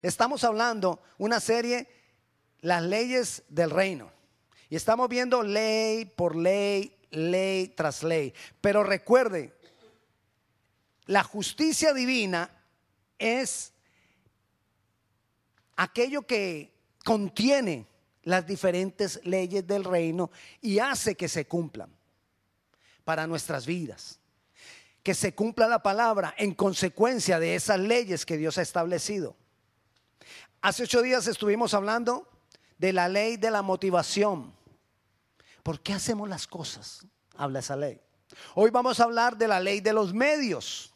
Estamos hablando una serie, las leyes del reino. Y estamos viendo ley por ley, ley tras ley. Pero recuerde, la justicia divina es aquello que contiene las diferentes leyes del reino y hace que se cumplan para nuestras vidas. Que se cumpla la palabra en consecuencia de esas leyes que Dios ha establecido. Hace 8 días estuvimos hablando de la ley de la motivación. ¿Por qué hacemos las cosas? Habla esa ley. Hoy vamos a hablar de la ley de los medios.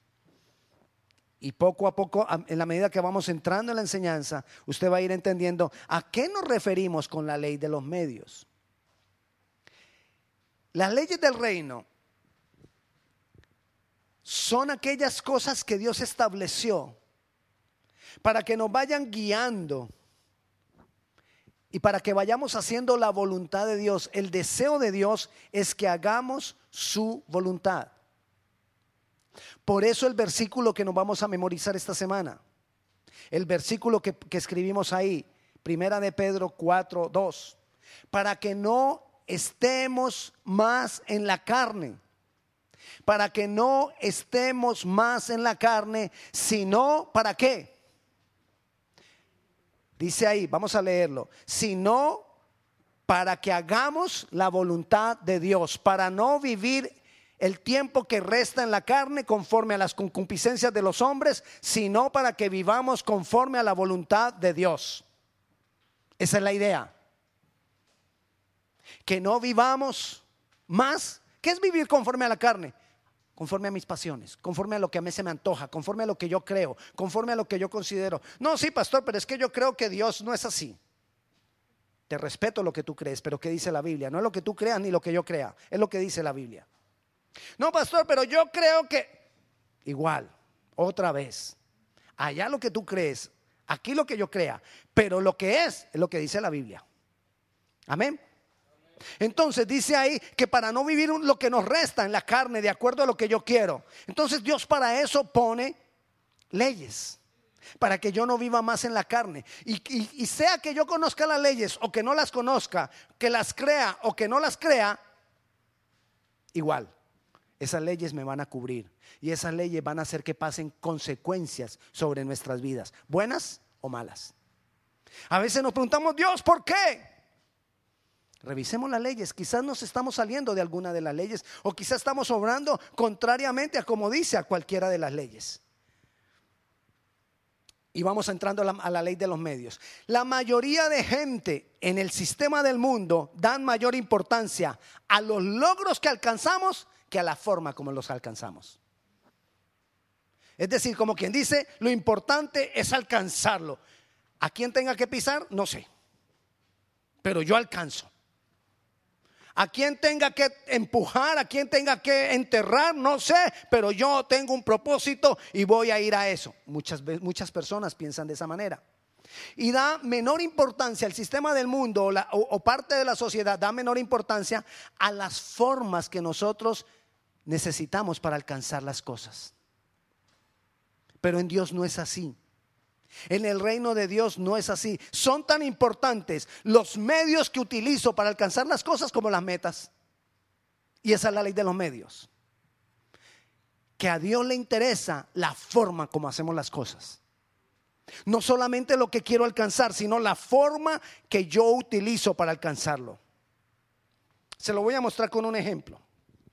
Y poco a poco, en la medida que vamos entrando en la enseñanza, usted va a ir entendiendo a qué nos referimos con la ley de los medios. Las leyes del reino son aquellas cosas que Dios estableció para que nos vayan guiando y para que vayamos haciendo la voluntad de Dios. El deseo de Dios es que hagamos su voluntad. Por eso el versículo que nos vamos a memorizar esta semana, el versículo que escribimos ahí, Primera de Pedro 4:2, para que no estemos más en la carne. Para que no estemos más en la carne, sino, ¿para qué? Dice ahí, vamos a leerlo, sino para que hagamos la voluntad de Dios, para no vivir el tiempo que resta en la carne conforme a las concupiscencias de los hombres, sino para que vivamos conforme a la voluntad de Dios. Esa es la idea. Que no vivamos más. ¿Qué es vivir conforme a la carne? Conforme a mis pasiones, conforme a lo que a mí se me antoja, conforme a lo que yo creo, conforme a lo que yo considero. No, sí, pastor, pero es que yo creo que Dios no es así. Te respeto lo que tú crees, pero ¿qué dice la Biblia? No es lo que tú creas ni lo que yo crea, es lo que dice la Biblia. No, pastor, pero yo creo que igual, otra vez, allá lo que tú crees, aquí lo que yo crea, pero lo que es lo que dice la Biblia. Amén. Entonces dice ahí que para no vivir lo que nos resta en la carne de acuerdo a lo que yo quiero. Entonces Dios para eso pone leyes, para que yo no viva más en la carne. Y sea que yo conozca las leyes o que no las conozca, que las crea o que no las crea, igual, esas leyes me van a cubrir. Y esas leyes van a hacer que pasen consecuencias sobre nuestras vidas, buenas o malas. A veces nos preguntamos, Dios, ¿por qué? Revisemos las leyes, quizás nos estamos saliendo de alguna de las leyes o quizás estamos obrando contrariamente a como dice a cualquiera de las leyes. Y vamos entrando a la ley de los medios. La mayoría de gente en el sistema del mundo dan mayor importancia a los logros que alcanzamos que a la forma como los alcanzamos. Es decir, como quien dice, lo importante es alcanzarlo. A quien tenga que pisar, no sé, pero yo alcanzo. A quien tenga que empujar, a quien tenga que enterrar, no sé, pero yo tengo un propósito y voy a ir a eso. Muchas personas piensan de esa manera. Y da menor importancia al sistema del mundo o parte de la sociedad, da menor importancia a las formas que nosotros necesitamos para alcanzar las cosas. Pero en Dios no es así. En el reino de Dios no es así. Son tan importantes los medios que utilizo para alcanzar las cosas como las metas. Y esa es la ley de los medios. Que a Dios le interesa la forma como hacemos las cosas. No solamente lo que quiero alcanzar, sino la forma que yo utilizo para alcanzarlo. Se lo voy a mostrar con un ejemplo.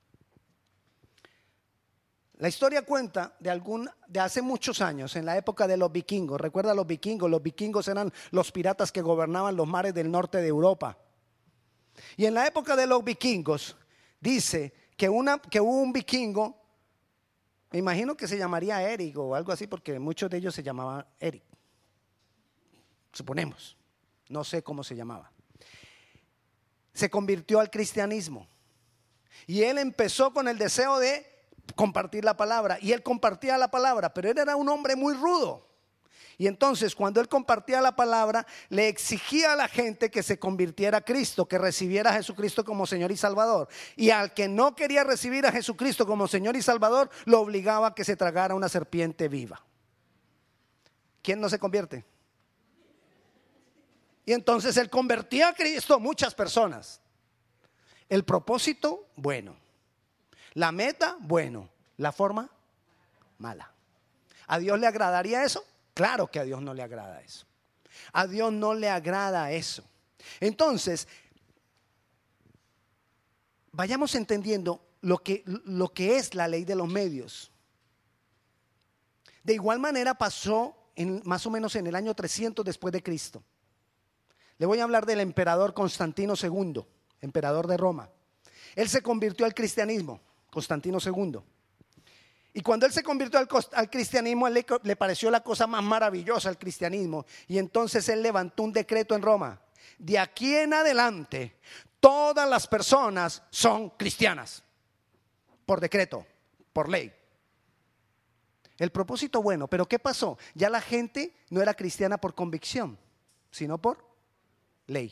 La historia cuenta de hace muchos años, en la época de los vikingos. ¿Recuerda los vikingos? Los vikingos eran los piratas que gobernaban los mares del norte de Europa. Y en la época de los vikingos, dice que hubo un vikingo, me imagino que se llamaría Eric o algo así, porque muchos de ellos se llamaban Eric. Suponemos, no sé cómo se llamaba. Se convirtió al cristianismo. Y él empezó con el deseo de compartir la palabra, y él compartía la palabra, pero él era un hombre muy rudo. Y entonces cuando él compartía la palabra, le exigía a la gente que se convirtiera a Cristo, que recibiera a Jesucristo como Señor y Salvador. Y al que no quería recibir a Jesucristo como Señor y Salvador, lo obligaba a que se tragara una serpiente viva. ¿quién no se convierte? Y entonces él convertía a Cristo a muchas personas. El propósito, bueno. La meta, bueno. La forma, mala. ¿A Dios le agradaría eso? Claro que a Dios no le agrada eso. A Dios no le agrada eso. Entonces, vayamos entendiendo lo que es la ley de los medios. De igual manera pasó más o menos en el año 300 después de Cristo. Le voy a hablar del emperador Constantino II, emperador de Roma. Él se convirtió al cristianismo, Constantino II. Y cuando él se convirtió al cristianismo, a él le pareció la cosa más maravillosa el cristianismo. Y entonces él levantó un decreto en Roma. De aquí en adelante, todas las personas son cristianas. Por decreto, por ley. El propósito bueno, pero ¿qué pasó? Ya la gente no era cristiana por convicción, sino por ley.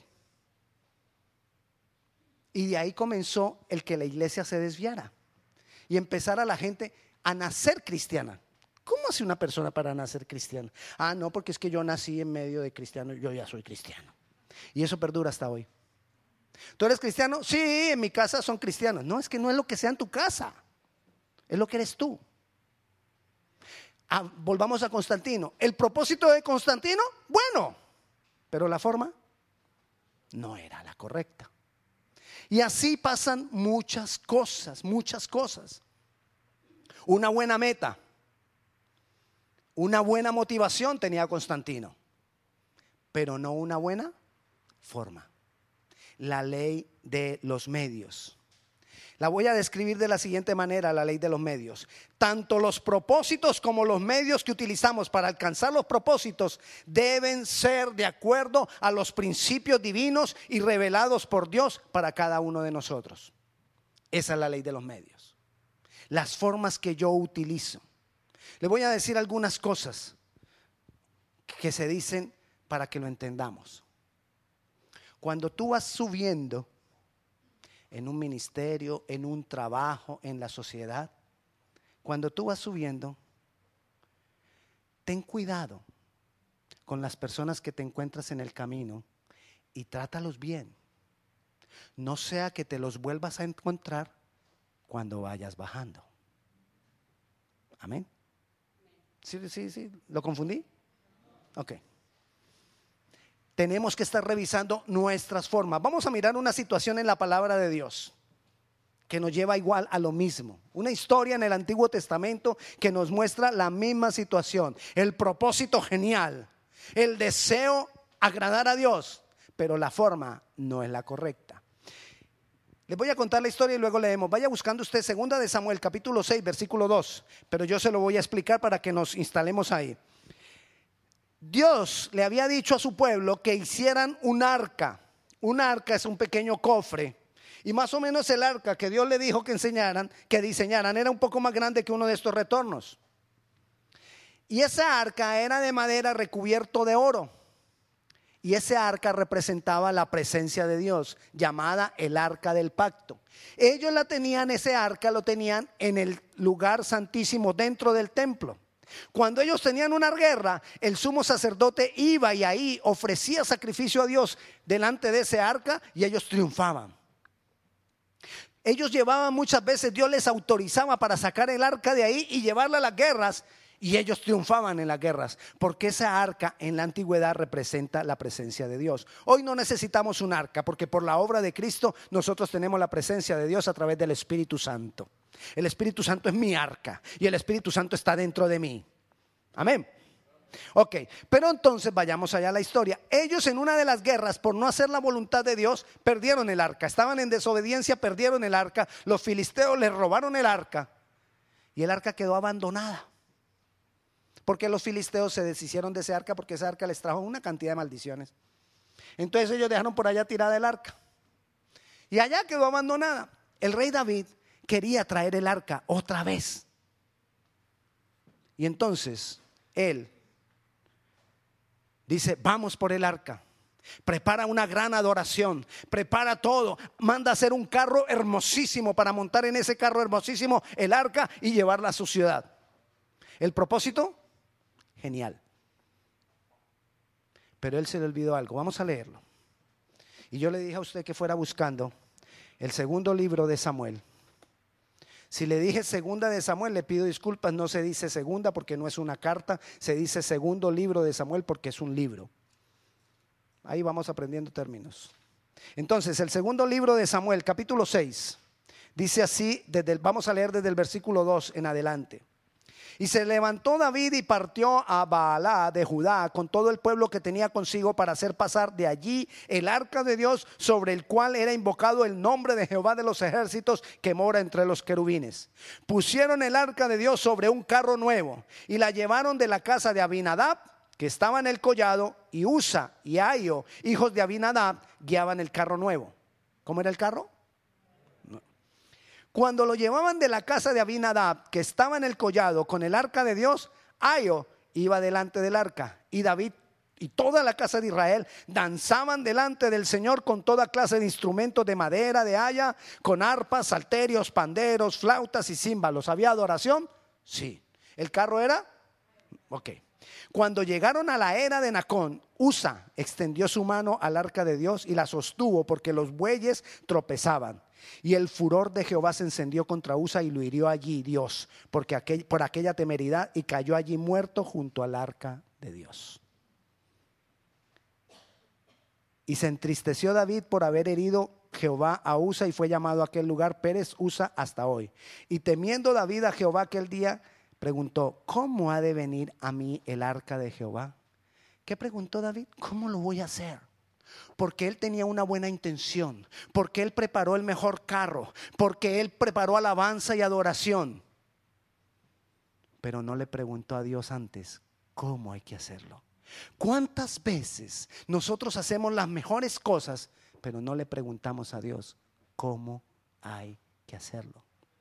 Y de ahí comenzó el que la iglesia se desviara y empezara la gente a nacer cristiana. ¿Cómo hace una persona para nacer cristiana? Ah, no, porque es que yo nací en medio de cristianos, yo ya soy cristiano. Y eso perdura hasta hoy. ¿Tú eres cristiano? Sí, en mi casa son cristianos. No, es que no es lo que sea en tu casa, es lo que eres tú. Volvamos a Constantino. El propósito de Constantino, bueno, pero la forma no era la correcta. Y así pasan muchas cosas, muchas cosas. Una buena meta, una buena motivación tenía Constantino, pero no una buena forma. La ley de los medios. La voy a describir de la siguiente manera, la ley de los medios. Tanto los propósitos como los medios que utilizamos para alcanzar los propósitos deben ser de acuerdo a los principios divinos y revelados por Dios para cada uno de nosotros. Esa es la ley de los medios. Las formas que yo utilizo. Le voy a decir algunas cosas que se dicen para que lo entendamos. Cuando tú vas subiendo en un ministerio, en un trabajo, en la sociedad, cuando tú vas subiendo, ten cuidado con las personas que te encuentras en el camino y trátalos bien. No sea que te los vuelvas a encontrar cuando vayas bajando. Amén. Sí. ¿Lo confundí? Ok. Tenemos que estar revisando nuestras formas. Vamos a mirar una situación en la palabra de Dios que nos lleva igual a lo mismo. Una historia en el Antiguo Testamento que nos muestra la misma situación. El propósito genial, el deseo agradar a Dios, pero la forma no es la correcta. Les voy a contar la historia y luego leemos. Vaya buscando usted 2 de Samuel capítulo 6 versículo 2, pero yo se lo voy a explicar para que nos instalemos ahí. Dios le había dicho a su pueblo que hicieran un arca. Un arca es un pequeño cofre. Y más o menos el arca que Dios le dijo que diseñaran, era un poco más grande que uno de estos retornos. Y esa arca era de madera recubierto de oro. Y ese arca representaba la presencia de Dios, llamada el arca del pacto. Ellos ese arca lo tenían en el lugar santísimo dentro del templo. Cuando ellos tenían una guerra, el sumo sacerdote iba y ahí ofrecía sacrificio a Dios delante de ese arca y ellos triunfaban. Ellos llevaban muchas veces, Dios les autorizaba para sacar el arca de ahí y llevarla a las guerras, y ellos triunfaban en las guerras, porque esa arca en la antigüedad representa la presencia de Dios. Hoy no necesitamos un arca, porque por la obra de Cristo nosotros tenemos la presencia de Dios a través del Espíritu Santo. El Espíritu Santo es mi arca y el Espíritu Santo está dentro de mí. Amén. Ok, pero entonces vayamos allá a la historia. Ellos en una de las guerras, por no hacer la voluntad de Dios, perdieron el arca. Estaban en desobediencia, perdieron el arca. Los filisteos les robaron el arca y el arca quedó abandonada. Porque los filisteos se deshicieron de ese arca, porque ese arca les trajo una cantidad de maldiciones. Entonces ellos dejaron por allá tirada el arca y allá quedó abandonada. El rey David quería traer el arca otra vez. Y entonces él dice: vamos por el arca. Prepara una gran adoración, prepara todo, manda a hacer un carro hermosísimo para montar en ese carro hermosísimo el arca y llevarla a su ciudad. El propósito, genial. Pero él se le olvidó algo. Vamos a leerlo. Y yo le dije a usted que fuera buscando el segundo libro de Samuel. Si le dije segunda de Samuel, le pido disculpas, no se dice segunda porque no es una carta, se dice segundo libro de Samuel porque es un libro. Ahí vamos aprendiendo términos. Entonces, el segundo libro de Samuel, capítulo 6, dice así, vamos a leer desde el versículo 2 en adelante. Y se levantó David y partió a Baalá de Judá con todo el pueblo que tenía consigo para hacer pasar de allí el arca de Dios, sobre el cual era invocado el nombre de Jehová de los ejércitos, que mora entre los querubines. Pusieron el arca de Dios sobre un carro nuevo y la llevaron de la casa de Abinadab, que estaba en el collado, y Usa y Ahio, hijos de Abinadab, guiaban el carro nuevo. ¿Cómo era el carro? Cuando lo llevaban de la casa de Abinadab, que estaba en el collado con el arca de Dios, Ahio iba delante del arca, y David y toda la casa de Israel danzaban delante del Señor con toda clase de instrumentos de madera, de haya, con arpas, salterios, panderos, flautas y címbalos. ¿Había adoración? Sí. ¿El carro era? Ok. Cuando llegaron a la era de Nacón, Usa extendió su mano al arca de Dios y la sostuvo porque los bueyes tropezaban. Y el furor de Jehová se encendió contra Usa y lo hirió allí Dios por aquella temeridad, y cayó allí muerto junto al arca de Dios. Y se entristeció David por haber herido Jehová a Usa, y fue llamado a aquel lugar Pérez Usa hasta hoy. Y temiendo David a Jehová aquel día, preguntó: ¿cómo ha de venir a mí el arca de Jehová? ¿Qué preguntó David? ¿Cómo lo voy a hacer? Porque él tenía una buena intención, porque él preparó el mejor carro, porque él preparó alabanza y adoración. Pero no le preguntó a Dios antes cómo hay que hacerlo. ¿Cuántas veces nosotros hacemos las mejores cosas, pero no le preguntamos a Dios cómo hay que hacerlo?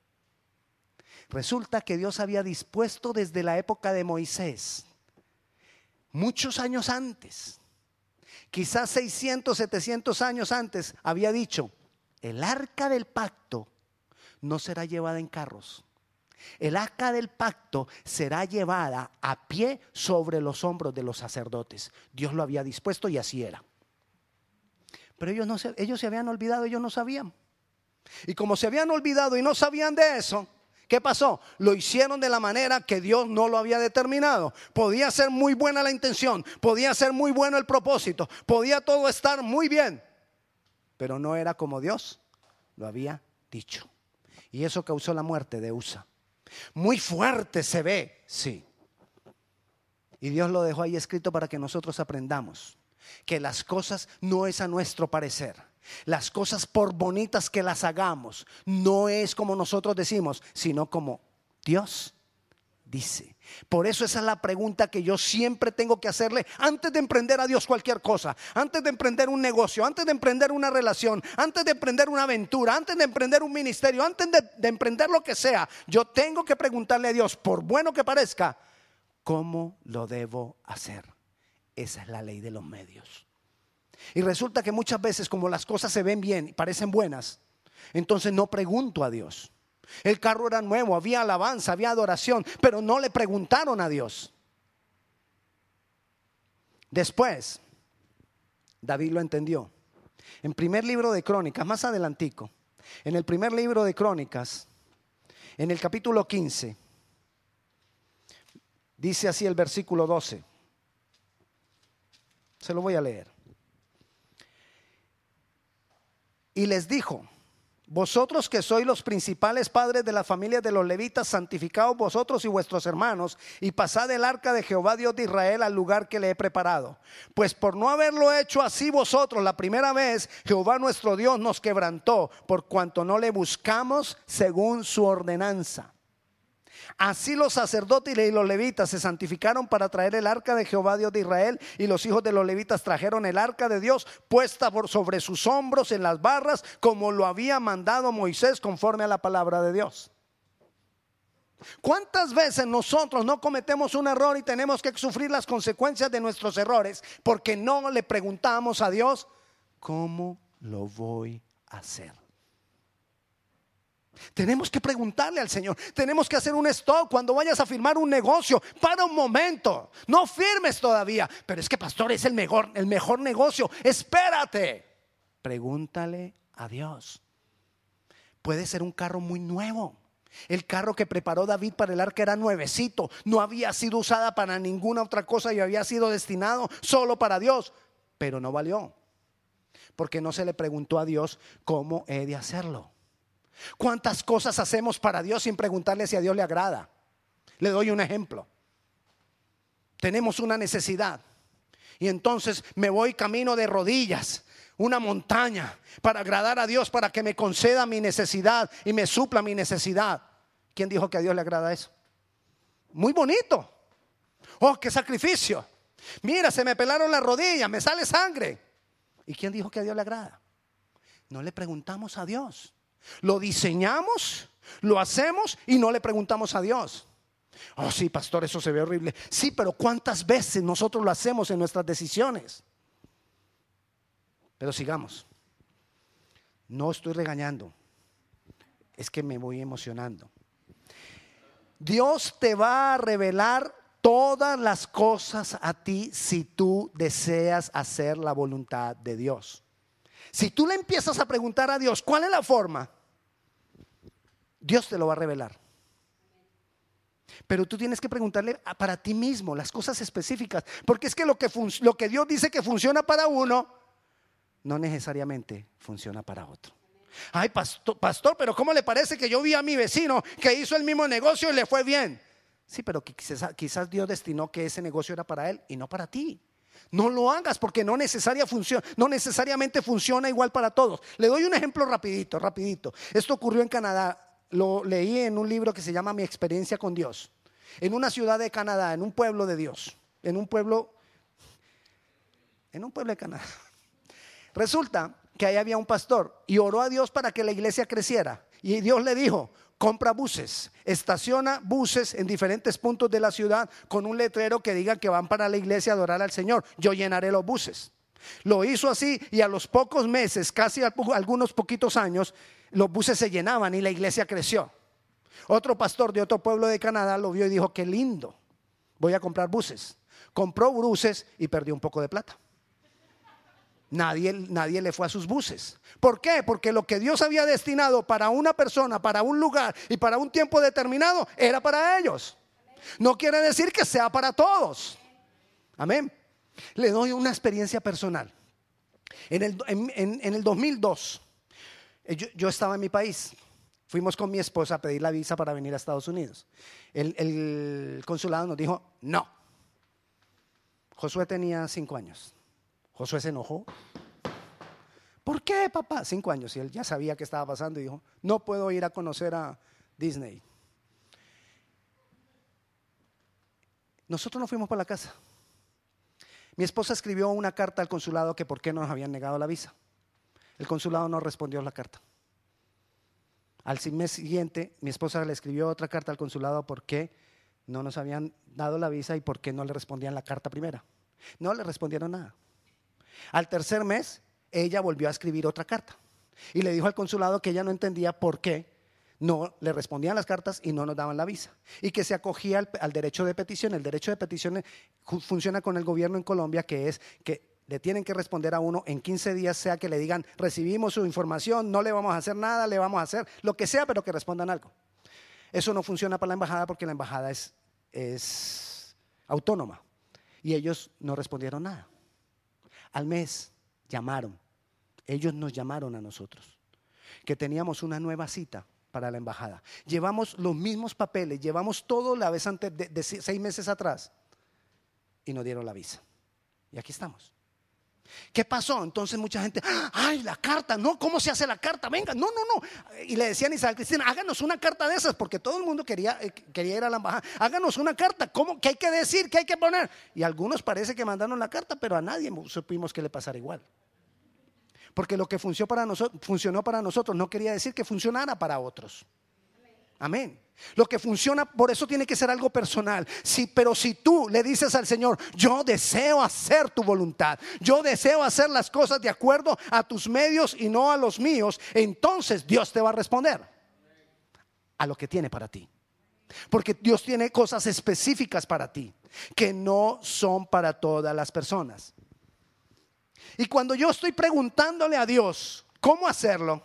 Resulta que Dios había dispuesto desde la época de Moisés, muchos años antes, quizás 600, 700 años antes, había dicho: el arca del pacto no será llevada en carros. El arca del pacto será llevada a pie sobre los hombros de los sacerdotes. Dios lo había dispuesto y así era. Pero ellos se habían olvidado, ellos no sabían. Y como se habían olvidado y no sabían de eso, ¿qué pasó? Lo hicieron de la manera que Dios no lo había determinado. Podía ser muy buena la intención, podía ser muy bueno el propósito, podía todo estar muy bien, pero no era como Dios lo había dicho. Y eso causó la muerte de Usa. Muy fuerte se ve, sí. Y Dios lo dejó ahí escrito para que nosotros aprendamos que las cosas no es a nuestro parecer. Las cosas, por bonitas que las hagamos, no es como nosotros decimos, sino como Dios dice. Por eso esa es la pregunta que yo siempre tengo que hacerle antes de emprender a Dios cualquier cosa, antes de emprender un negocio, antes de emprender una relación, antes de emprender una aventura, antes de emprender un ministerio, antes de emprender lo que sea. Yo tengo que preguntarle a Dios, por bueno que parezca, ¿cómo lo debo hacer? Esa es la ley de los medios. Y resulta que muchas veces, como las cosas se ven bien y parecen buenas, entonces no pregunto a Dios. El carro era nuevo, había alabanza, había adoración, pero no le preguntaron a Dios. Después, David lo entendió. En primer libro de Crónicas, más adelantico, en el primer libro de Crónicas, en el capítulo 15, dice así el versículo 12. Se lo voy a leer. Y les dijo: vosotros que sois los principales padres de las familias de los levitas, santificaos vosotros y vuestros hermanos, y pasad el arca de Jehová Dios de Israel al lugar que le he preparado. Pues por no haberlo hecho así vosotros la primera vez, Jehová nuestro Dios nos quebrantó, por cuanto no le buscamos según su ordenanza. Así los sacerdotes y los levitas se santificaron para traer el arca de Jehová Dios de Israel, y los hijos de los levitas trajeron el arca de Dios puesta sobre sus hombros en las barras, como lo había mandado Moisés conforme a la palabra de Dios. ¿Cuántas veces nosotros no cometemos un error y tenemos que sufrir las consecuencias de nuestros errores porque no le preguntamos a Dios cómo lo voy a hacer? Tenemos que preguntarle al Señor. Tenemos que hacer un stop cuando vayas a firmar un negocio. Para un momento, no firmes todavía. Pero es que, pastor, es el mejor negocio. Espérate. Pregúntale a Dios. Puede ser un carro muy nuevo. El carro que preparó David para el arca era nuevecito. No había sido usada para ninguna otra cosa y había sido destinado solo para Dios. Pero no valió, porque no se le preguntó a Dios cómo he de hacerlo. ¿Cuántas cosas hacemos para Dios sin preguntarle si a Dios le agrada? Le doy un ejemplo. Tenemos una necesidad y entonces me voy camino de rodillas, una montaña, para agradar a Dios, para que me conceda mi necesidad y me supla mi necesidad. ¿Quién dijo que a Dios le agrada eso? Muy bonito. Oh, qué sacrificio. Mira, se me pelaron las rodillas, me sale sangre. ¿Y quién dijo que a Dios le agrada? No le preguntamos a Dios. Lo diseñamos, lo hacemos y no le preguntamos a Dios. Oh, sí, pastor, eso se ve horrible. Sí, pero ¿cuántas veces nosotros lo hacemos en nuestras decisiones? Pero sigamos. No estoy regañando, es que me voy emocionando. Dios te va a revelar todas las cosas a ti si tú deseas hacer la voluntad de Dios. Si tú le empiezas a preguntar a Dios ¿cuál es la forma? Dios te lo va a revelar. Pero tú tienes que preguntarle para ti mismo las cosas específicas, porque es que lo que Dios dice que funciona para uno no necesariamente funciona para otro. Ay, pastor, pero ¿cómo le parece que yo vi a mi vecino que hizo el mismo negocio y le fue bien? Sí, pero quizás Dios destinó que ese negocio era para él y no para ti. No lo hagas porque no necesariamente funciona igual para todos. Le doy un ejemplo rapidito. Esto ocurrió en Canadá. Lo leí en un libro que se llama Mi experiencia con Dios. En una ciudad de Canadá, en un pueblo de Dios. En un pueblo de Canadá. Resulta que ahí había un pastor y oró a Dios para que la iglesia creciera. Y Dios le dijo: compra buses, estaciona buses en diferentes puntos de la ciudad con un letrero que diga que van para la iglesia a adorar al Señor. Yo llenaré los buses. Lo hizo así y a los pocos meses, casi algunos poquitos años, los buses se llenaban y la iglesia creció. Otro pastor de otro pueblo de Canadá lo vio y dijo: qué lindo, voy a comprar buses. Compró buses y perdió un poco de plata. Nadie le fue a sus buses. ¿Por qué? Porque lo que Dios había destinado para una persona, para un lugar y para un tiempo determinado era para ellos. No quiere decir que sea para todos. Amén. Le doy una experiencia personal. En el 2002 yo estaba en mi país. Fuimos con mi esposa a pedir la visa para venir a Estados Unidos. El consulado nos dijo no. Josué tenía 5 años. Josué se enojó. ¿Por qué, papá? 5 años y él ya sabía qué estaba pasando y dijo: no puedo ir a conocer a Disney. Nosotros nos fuimos para la casa. Mi esposa escribió una carta al consulado que por qué nos habían negado la visa. El consulado no respondió la carta. Al mes siguiente mi esposa le escribió otra carta al consulado por qué no nos habían dado la visa y por qué no le respondían la carta primera. No le respondieron nada. Al tercer mes ella volvió a escribir otra carta y le dijo al consulado que ella no entendía por qué no le respondían las cartas y no nos daban la visa, y que se acogía al derecho de petición. El derecho de petición funciona con el gobierno en Colombia, que es que le tienen que responder a uno en 15 días, sea que le digan: recibimos su información, no le vamos a hacer nada, le vamos a hacer lo que sea, pero que respondan algo. Eso no funciona para la embajada porque la embajada es autónoma y ellos no respondieron nada. Al mes llamaron, ellos nos llamaron a nosotros, que teníamos una nueva cita para la embajada. Llevamos los mismos papeles, llevamos todo la vez antes de 6 meses atrás y nos dieron la visa. Y aquí estamos. ¿Qué pasó? Entonces mucha gente: ay, la carta, no, ¿cómo se hace la carta? Venga, no. Y le decían a Isabel Cristina: háganos una carta de esas, porque todo el mundo quería ir a la embajada. Háganos una carta, ¿cómo? ¿Qué hay que decir? ¿Qué hay que poner? Y algunos parece que mandaron la carta, pero a nadie supimos que le pasara igual. Porque lo que funcionó para nosotros no quería decir que funcionara para otros. Amén. Lo que funciona, por eso tiene que ser algo personal. Pero si tú le dices al Señor: yo deseo hacer tu voluntad, yo deseo hacer las cosas de acuerdo a tus medios y no a los míos, entonces Dios te va a responder. a lo que tiene para ti. Porque Dios tiene cosas específicas para ti que no son para todas las personas. Y cuando yo estoy preguntándole a Dios cómo hacerlo,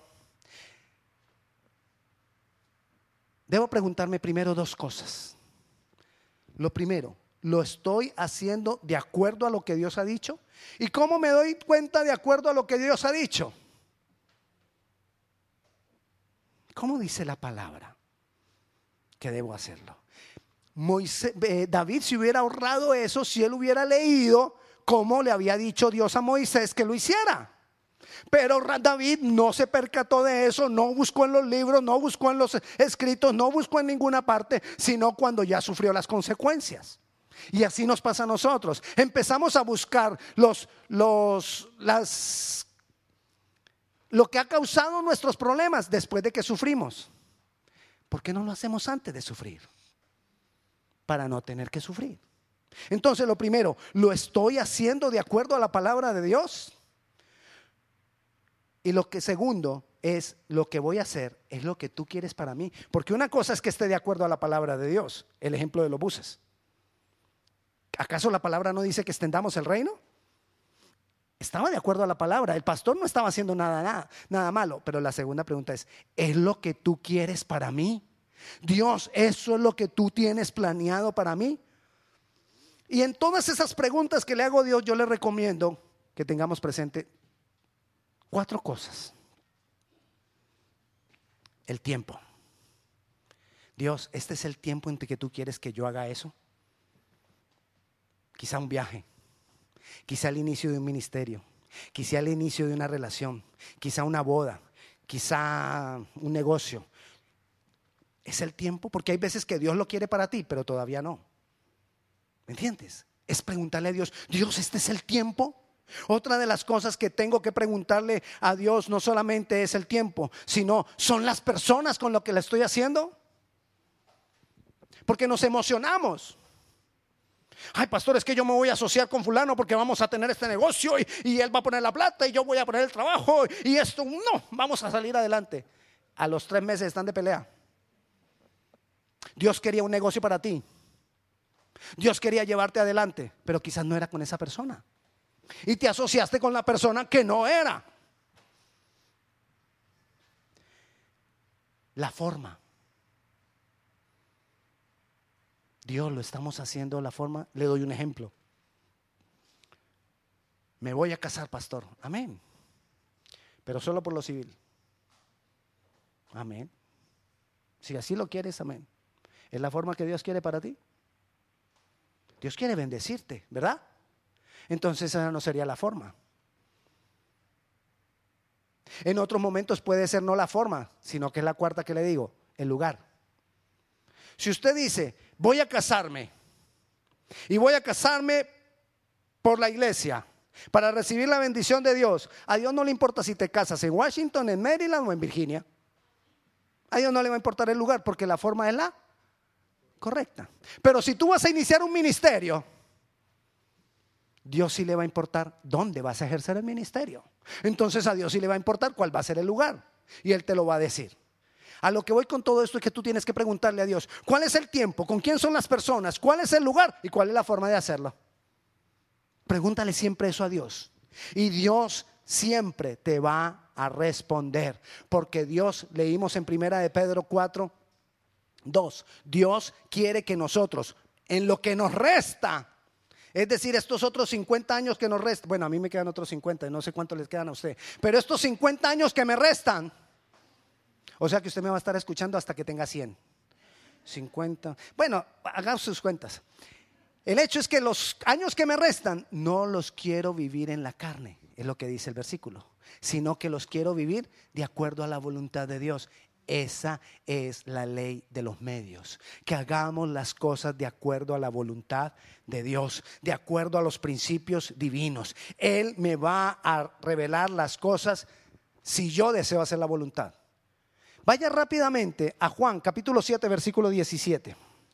debo preguntarme primero dos cosas. Lo primero, ¿lo estoy haciendo de acuerdo a lo que Dios ha dicho? ¿Y cómo me doy cuenta de acuerdo a lo que Dios ha dicho? ¿Cómo dice la palabra que debo hacerlo? David se hubiera ahorrado eso si él hubiera leído cómo le había dicho Dios a Moisés que lo hiciera. Pero David no se percató de eso, no buscó en los libros, no buscó en los escritos, no buscó en ninguna parte, sino cuando ya sufrió las consecuencias. Y así nos pasa a nosotros. Empezamos a buscar lo que ha causado nuestros problemas después de que sufrimos. ¿Por qué no lo hacemos antes de sufrir? Para no tener que sufrir. Entonces, lo primero, ¿lo estoy haciendo de acuerdo a la palabra de Dios? Y lo que segundo es, lo que voy a hacer es lo que tú quieres para mí. Porque una cosa es que esté de acuerdo a la palabra de Dios. El ejemplo de los buses. ¿Acaso la palabra no dice que extendamos el reino? Estaba de acuerdo a la palabra. El pastor no estaba haciendo nada malo. Pero la segunda pregunta ¿es lo que tú quieres para mí? Dios, ¿eso es lo que tú tienes planeado para mí? Y en todas esas preguntas que le hago a Dios, yo le recomiendo que tengamos presente 4 cosas. El tiempo. Dios, ¿este es el tiempo en que tú quieres que yo haga eso? Quizá un viaje, quizá el inicio de un ministerio, quizá el inicio de una relación, quizá una boda, quizá un negocio. ¿Es el tiempo? Porque hay veces que Dios lo quiere para ti, pero todavía no. ¿Me entiendes? Es preguntarle a Dios, Dios, ¿este es el tiempo? Otra de las cosas que tengo que preguntarle a Dios no solamente es el tiempo, sino son las personas con lo que le estoy haciendo. Porque nos emocionamos. Ay, pastor, es que yo me voy a asociar con fulano porque vamos a tener este negocio y él va a poner la plata y yo voy a poner el trabajo y esto, no, vamos a salir adelante. A los 3 meses están de pelea. Dios quería un negocio para ti. Dios quería llevarte adelante, pero quizás no era con esa persona. Y te asociaste con la persona que no era. La forma. Dios, lo estamos haciendo la forma. Le doy un ejemplo. Me voy a casar, pastor. Amén. Pero solo por lo civil. Amén. Si así lo quieres, amén. ¿Es la forma que Dios quiere para ti? Dios quiere bendecirte, ¿verdad? Entonces esa no sería la forma. En otros momentos puede ser no la forma, sino que es la cuarta que le digo, el lugar. Si usted dice, voy a casarme y voy a casarme por la iglesia para recibir la bendición de Dios, a Dios no le importa si te casas en Washington, en Maryland o en Virginia. A Dios no le va a importar el lugar porque la forma es la correcta. Pero si tú vas a iniciar un ministerio, Dios sí le va a importar dónde vas a ejercer el ministerio. Entonces a Dios sí le va a importar cuál va a ser el lugar y Él te lo va a decir. A lo que voy con todo esto es que tú tienes que preguntarle a Dios, ¿cuál es el tiempo? ¿Con quién son las personas? ¿Cuál es el lugar? ¿Y cuál es la forma de hacerlo? Pregúntale siempre eso a Dios. Y Dios siempre te va a responder. Porque Dios, leímos en 1 de Pedro 4:2, Dios quiere que nosotros, en lo que nos resta, es decir, estos otros 50 años que nos restan, bueno, a mí me quedan otros 50 y no sé cuánto les quedan a usted, pero estos 50 años que me restan, o sea que usted me va a estar escuchando hasta que tenga 100, 50, bueno, haga sus cuentas. El hecho es que los años que me restan no los quiero vivir en la carne, es lo que dice el versículo, sino que los quiero vivir de acuerdo a la voluntad de Dios. Esa es la ley de los medios, que hagamos las cosas de acuerdo a la voluntad de Dios, de acuerdo a los principios divinos. Él me va a revelar las cosas si yo deseo hacer la voluntad. Vaya rápidamente a Juan capítulo 7 versículo 17.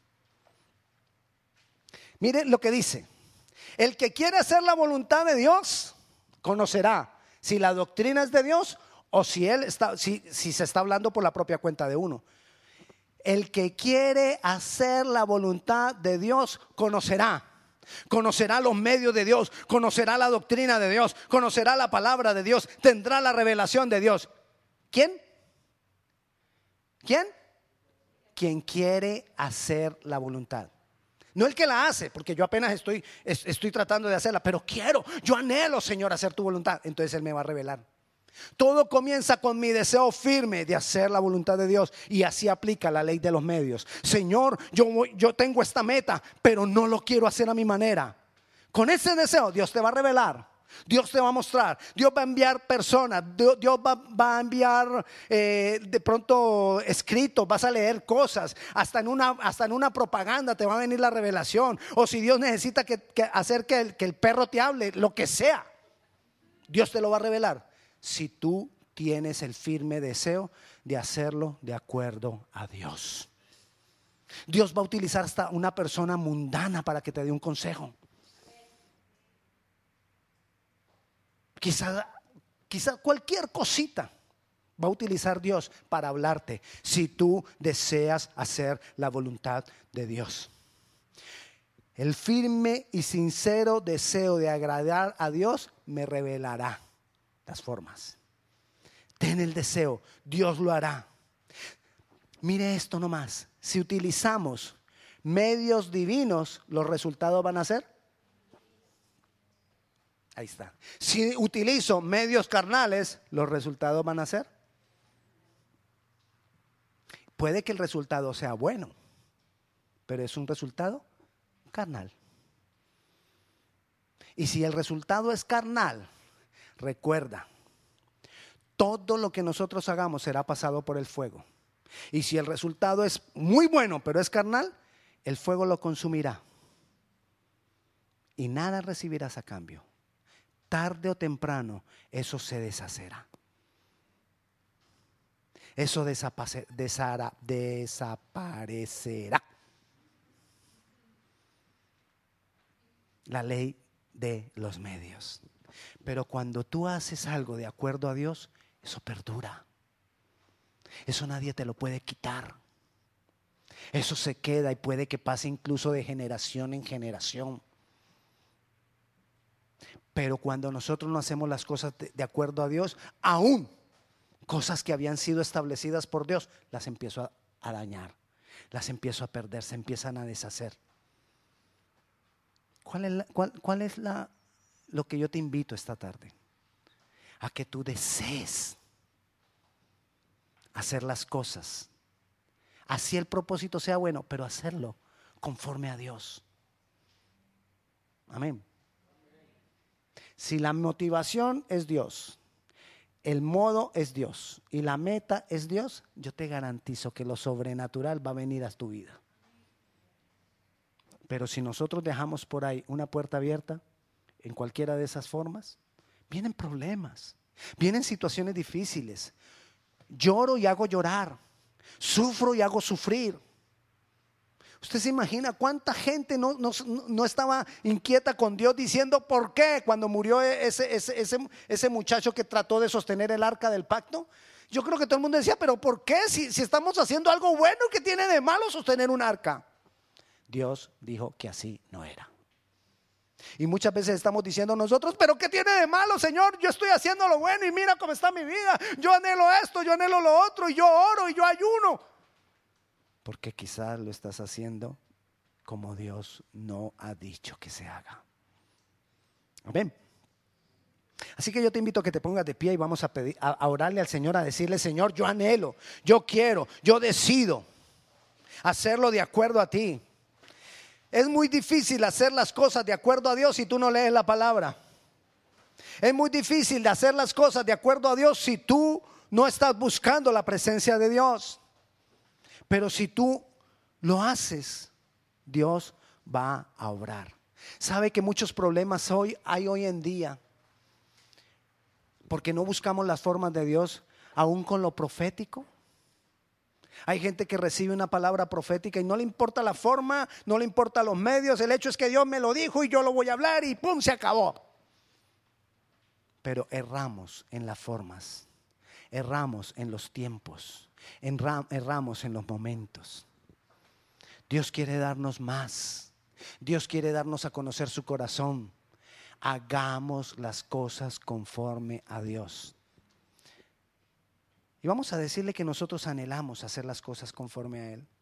Mire lo que dice: el que quiere hacer la voluntad de Dios conocerá si la doctrina es de Dios o si se está hablando por la propia cuenta de uno. El que quiere hacer la voluntad de Dios conocerá los medios de Dios, conocerá la doctrina de Dios, conocerá la palabra de Dios, tendrá la revelación de Dios. ¿Quién? ¿Quién? Quien quiere hacer la voluntad. No el que la hace, porque yo apenas estoy tratando de hacerla, pero yo anhelo, Señor, hacer tu voluntad. Entonces Él me va a revelar. Todo comienza con mi deseo firme de hacer la voluntad de Dios, y así aplica la ley de los medios. Señor, yo tengo esta meta, pero no lo quiero hacer a mi manera. Con ese deseo Dios te va a revelar, Dios te va a mostrar, Dios va a enviar personas, Dios va a enviar de pronto escritos, vas a leer cosas, hasta en una propaganda te va a venir la revelación. O si Dios necesita hacer que el perro te hable, lo que sea, Dios te lo va a revelar, si tú tienes el firme deseo de hacerlo de acuerdo a Dios. Dios va a utilizar hasta una persona mundana para que te dé un consejo. Quizá cualquier cosita va a utilizar Dios para hablarte, si tú deseas hacer la voluntad de Dios. El firme y sincero deseo de agradar a Dios me revelará las formas. Ten el deseo, Dios lo hará. Mire esto nomás: si utilizamos medios divinos, los resultados van a ser. Ahí está. Si utilizo medios carnales, los resultados van a ser. Puede que el resultado sea bueno, pero es un resultado carnal. Y si el resultado es carnal, recuerda, todo lo que nosotros hagamos será pasado por el fuego. Y si el resultado es muy bueno, pero es carnal, el fuego lo consumirá y nada recibirás a cambio. Tarde o temprano eso se deshacerá. Eso desaparecerá. La ley de los medios. Pero cuando tú haces algo de acuerdo a Dios, eso perdura. Eso nadie te lo puede quitar. Eso se queda y puede que pase incluso de generación en generación. Pero cuando nosotros no hacemos las cosas de acuerdo a Dios, aún cosas que habían sido establecidas por Dios, las empiezo a dañar, las empiezo a perder, se empiezan a deshacer. ¿Cuál es lo que yo te invito esta tarde? A que tú desees hacer las cosas, así el propósito sea bueno, pero hacerlo conforme a Dios. Amén. Si la motivación es Dios, el modo es Dios y la meta es Dios, yo te garantizo que lo sobrenatural va a venir a tu vida. Pero si nosotros dejamos por ahí una puerta abierta, en cualquiera de esas formas, vienen problemas, vienen situaciones difíciles. Lloro y hago llorar, sufro y hago sufrir. Usted se imagina cuánta gente no estaba inquieta con Dios diciendo ¿por qué? Cuando murió ese muchacho que trató de sostener el arca del pacto. Yo creo que todo el mundo decía, pero ¿por qué? Si estamos haciendo algo bueno, ¿qué tiene de malo sostener un arca? Dios dijo que así no era. Y muchas veces estamos diciendo nosotros, pero ¿qué tiene de malo, Señor? Yo estoy haciendo lo bueno y mira cómo está mi vida. Yo anhelo esto, yo anhelo lo otro, y yo oro y yo ayuno. Porque quizás lo estás haciendo como Dios no ha dicho que se haga. Amén. Así que yo te invito a que te pongas de pie y vamos a orarle al Señor, a decirle: Señor, yo anhelo, yo quiero, yo decido hacerlo de acuerdo a ti. Es muy difícil hacer las cosas de acuerdo a Dios si tú no lees la palabra. Es muy difícil hacer las cosas de acuerdo a Dios si tú no estás buscando la presencia de Dios. Pero si tú lo haces, Dios va a obrar. ¿Sabe que muchos problemas hay hoy en día? Porque no buscamos las formas de Dios, aún con lo profético. Hay gente que recibe una palabra profética y no le importa la forma, no le importa los medios. El hecho es que Dios me lo dijo y yo lo voy a hablar y ¡pum! Se acabó. Pero erramos en las formas, erramos en los tiempos. erramos en los momentos. Dios quiere darnos más. Dios quiere darnos a conocer su corazón. Hagamos las cosas conforme a Dios. Y vamos a decirle que nosotros anhelamos hacer las cosas conforme a Él.